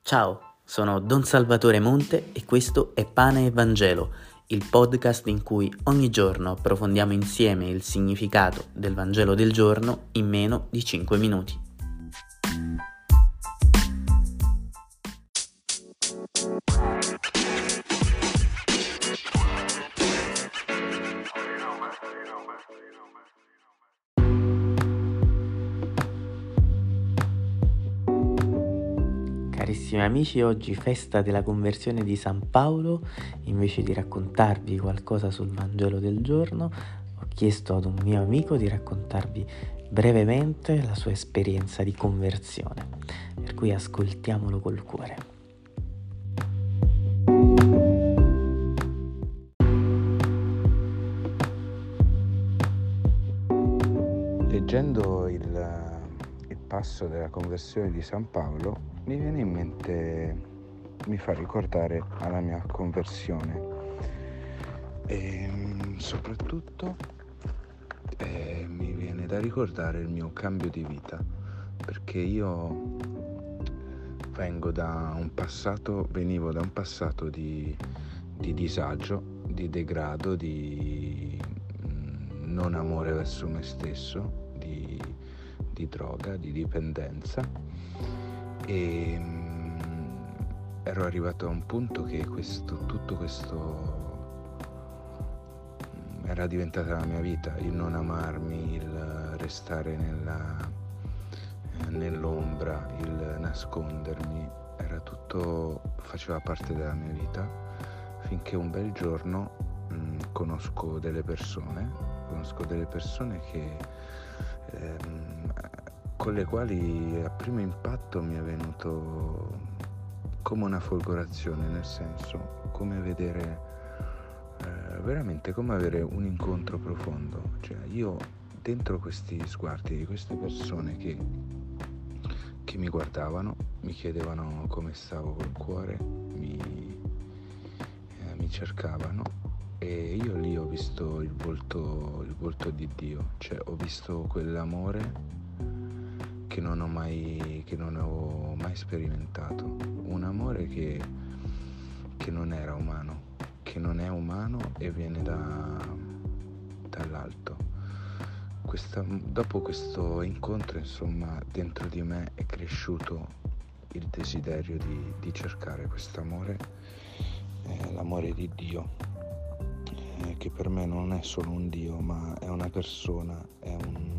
Ciao, sono Don Salvatore Monte e questo è Pane e Vangelo, il podcast in cui ogni giorno approfondiamo insieme il significato del Vangelo del giorno in meno di 5 minuti. Carissimi amici, oggi festa della conversione di San Paolo. Invece di raccontarvi qualcosa sul Vangelo del giorno, ho chiesto ad un mio amico di raccontarvi brevemente la sua esperienza di conversione, per cui ascoltiamolo col cuore. Leggendo il passo della conversione di San Paolo mi viene in mente, mi fa ricordare alla mia conversione e soprattutto mi viene da ricordare il mio cambio di vita, perché io venivo da un passato di disagio, di degrado, di non amore verso me stesso, di droga, di dipendenza, e ero arrivato a un punto che tutto questo era diventata la mia vita, il non amarmi, il restare nell'ombra, il nascondermi, faceva parte della mia vita, finché un bel giorno conosco delle persone con le quali a primo impatto mi è venuto come una folgorazione, nel senso, come vedere veramente, come avere un incontro profondo. Cioè, io dentro questi sguardi di queste persone che mi guardavano, mi chiedevano come stavo col cuore, mi cercavano, e io lì ho visto il volto di Dio, cioè ho visto quell'amore che non ho mai sperimentato, un amore che non era umano, che non è umano e viene dall'alto. Dopo questo incontro, insomma, dentro di me è cresciuto il desiderio di cercare quest'amore, l'amore di Dio, che per me non è solo un Dio, ma è una persona, è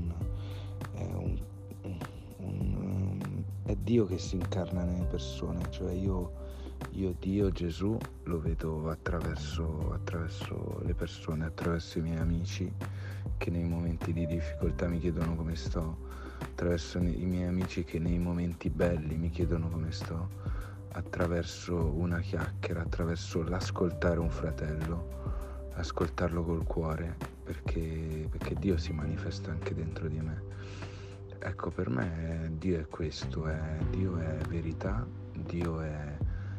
Dio che si incarna nelle persone. Cioè io Dio, Gesù, lo vedo attraverso le persone, attraverso i miei amici che nei momenti di difficoltà mi chiedono come sto, attraverso i miei amici che nei momenti belli mi chiedono come sto, attraverso una chiacchiera, attraverso l'ascoltare un fratello, ascoltarlo col cuore, perché Dio si manifesta anche dentro di me. Ecco, per me Dio è questo, Dio è verità, Dio è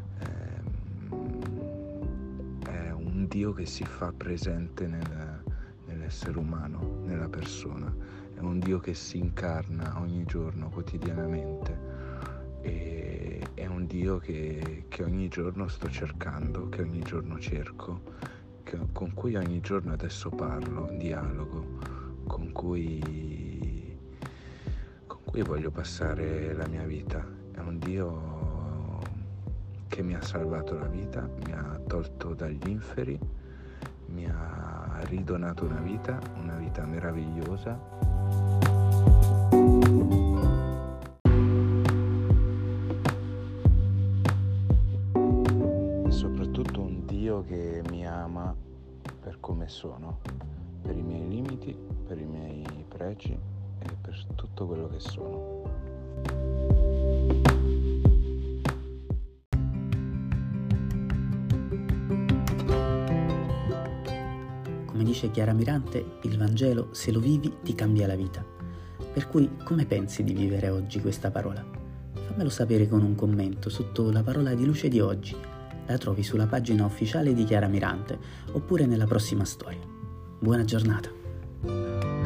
un Dio che si fa presente nell'essere umano, nella persona, è un Dio che si incarna ogni giorno, quotidianamente, e è un Dio che ogni giorno sto cercando, che ogni giorno cerco, con cui ogni giorno adesso parlo, dialogo, con cui voglio passare la mia vita. È un Dio che mi ha salvato la vita, mi ha tolto dagli inferi, mi ha ridonato una vita meravigliosa. E soprattutto un Dio che mi ama per come sono, per i miei limiti, per i miei pregi e per tutto quello che sono. Come dice Chiara Mirante, il Vangelo, se lo vivi, ti cambia la vita. Per cui, come pensi di vivere oggi questa parola? Fammelo sapere con un commento sotto la parola di luce di oggi. La trovi sulla pagina ufficiale di Chiara Mirante, oppure nella prossima storia. Buona giornata!